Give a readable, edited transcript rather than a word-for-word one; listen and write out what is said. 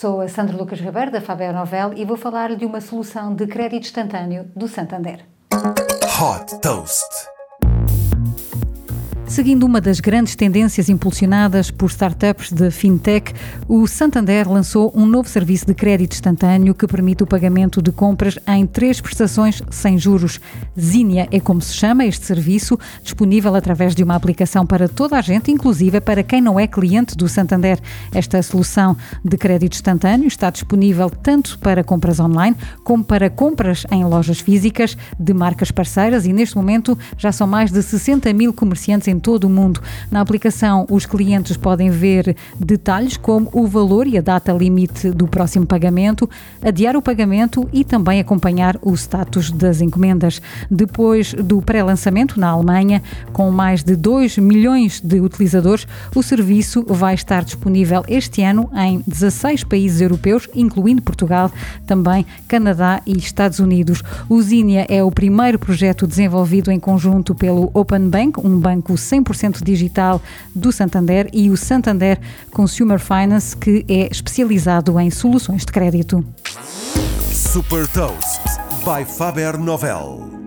Sou a Sandra Lucas Ribeiro, da Faber Novel, e vou falar-lhe de uma solução de crédito instantâneo do Santander. Hot Toast. Seguindo uma das grandes tendências impulsionadas por startups de fintech, o Santander lançou um novo serviço de crédito instantâneo que permite o pagamento de compras em 3 prestações sem juros. Zinnia é como se chama este serviço, disponível através de uma aplicação para toda a gente, inclusive para quem não é cliente do Santander. Esta solução de crédito instantâneo está disponível tanto para compras online como para compras em lojas físicas de marcas parceiras e neste momento já são mais de 60 mil comerciantes em todo o mundo. Na aplicação, os clientes podem ver detalhes como o valor e a data limite do próximo pagamento, adiar o pagamento e também acompanhar o status das encomendas. Depois do pré-lançamento na Alemanha, com mais de 2 milhões de utilizadores, o serviço vai estar disponível este ano em 16 países europeus, incluindo Portugal, também Canadá e Estados Unidos. O Zinnia é o primeiro projeto desenvolvido em conjunto pelo Open Bank, um banco 100% digital do Santander, e o Santander Consumer Finance, que é especializado em soluções de crédito. Super Toast by Faber Novel.